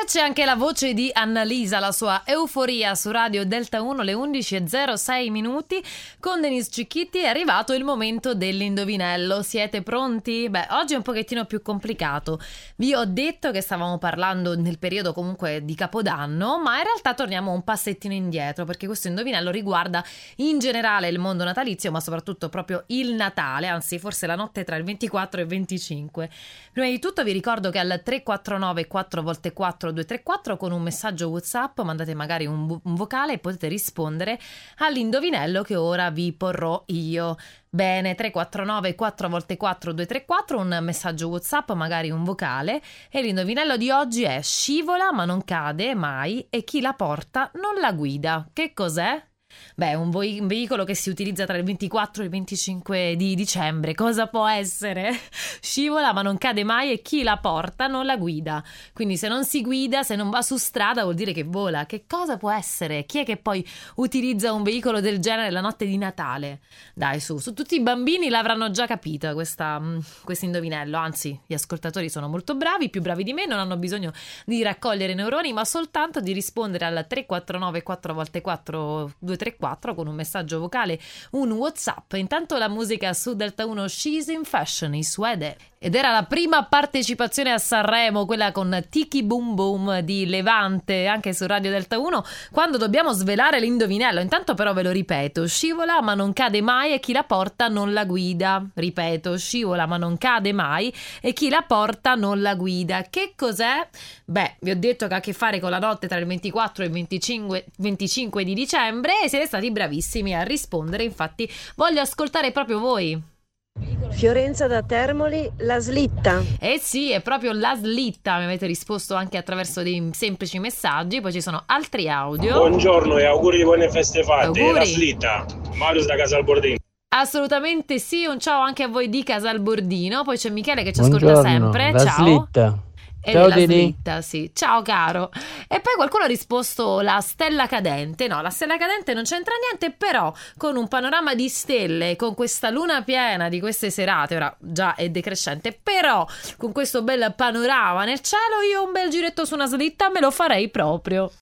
c'è anche la voce di Annalisa, la sua euforia su Radio Delta 1, le 11:06 con Denise Cicchitti. È arrivato il momento dell'indovinello. Siete pronti? Beh, oggi è un pochettino più complicato. Vi ho detto che stavamo parlando nel periodo comunque di Capodanno, ma in realtà torniamo un passettino indietro, perché questo indovinello riguarda in generale il mondo natalizio, ma soprattutto proprio il Natale, anzi forse la notte tra il 24 e il 25. Prima di tutto vi ricordo che al 349 4x4 234 con un messaggio WhatsApp mandate magari un vocale e potete rispondere all'indovinello che ora vi porrò io. Bene, 349 4x4 234, un messaggio WhatsApp, magari un vocale, e l'indovinello di oggi è: scivola ma non cade mai e chi la porta non la guida. Che cos'è? Beh, un veicolo che si utilizza tra il 24 e il 25 di dicembre. Cosa può essere? Scivola ma non cade mai e chi la porta non la guida. Quindi se non si guida, se non va su strada, vuol dire che vola. Che cosa può essere? Chi è che poi utilizza un veicolo del genere la notte di Natale? Dai, su tutti i bambini l'avranno già capita questo indovinello. Anzi, gli ascoltatori sono molto bravi, più bravi di me, non hanno bisogno di raccogliere neuroni, ma soltanto di rispondere al 349 4x4 234 con un messaggio vocale, un WhatsApp. Intanto la musica su Delta 1, She's in Fashion, i Suede. Ed era la prima partecipazione a Sanremo, quella con Tiki Boom Boom di Levante, anche su Radio Delta 1, quando dobbiamo svelare l'indovinello. Intanto però ve lo ripeto: scivola ma non cade mai e chi la porta non la guida. Ripeto, scivola ma non cade mai e chi la porta non la guida. Che cos'è? Beh, vi ho detto che ha a che fare con la notte tra il 24 e il 25 di dicembre e siete stati bravissimi a rispondere. Infatti voglio ascoltare proprio voi. Fiorenza da Termoli, la slitta. Eh sì, è proprio la slitta. Mi avete risposto anche attraverso dei semplici messaggi. Poi ci sono altri audio. Buongiorno e auguri di buone feste fatte. Auguri. La slitta, Marius da Casalbordino. Assolutamente sì, un ciao anche a voi di Casalbordino. Poi c'è Michele che ci ascolta Buongiorno, sempre. la Ciao. slitta. E Ciao la Dini. slitta, sì. Ciao caro. E poi qualcuno ha risposto la stella cadente. No, la stella cadente non c'entra niente, però con un panorama di stelle, con questa luna piena di queste serate, ora già è decrescente, però con questo bel panorama nel cielo, io un bel giretto su una slitta me lo farei proprio.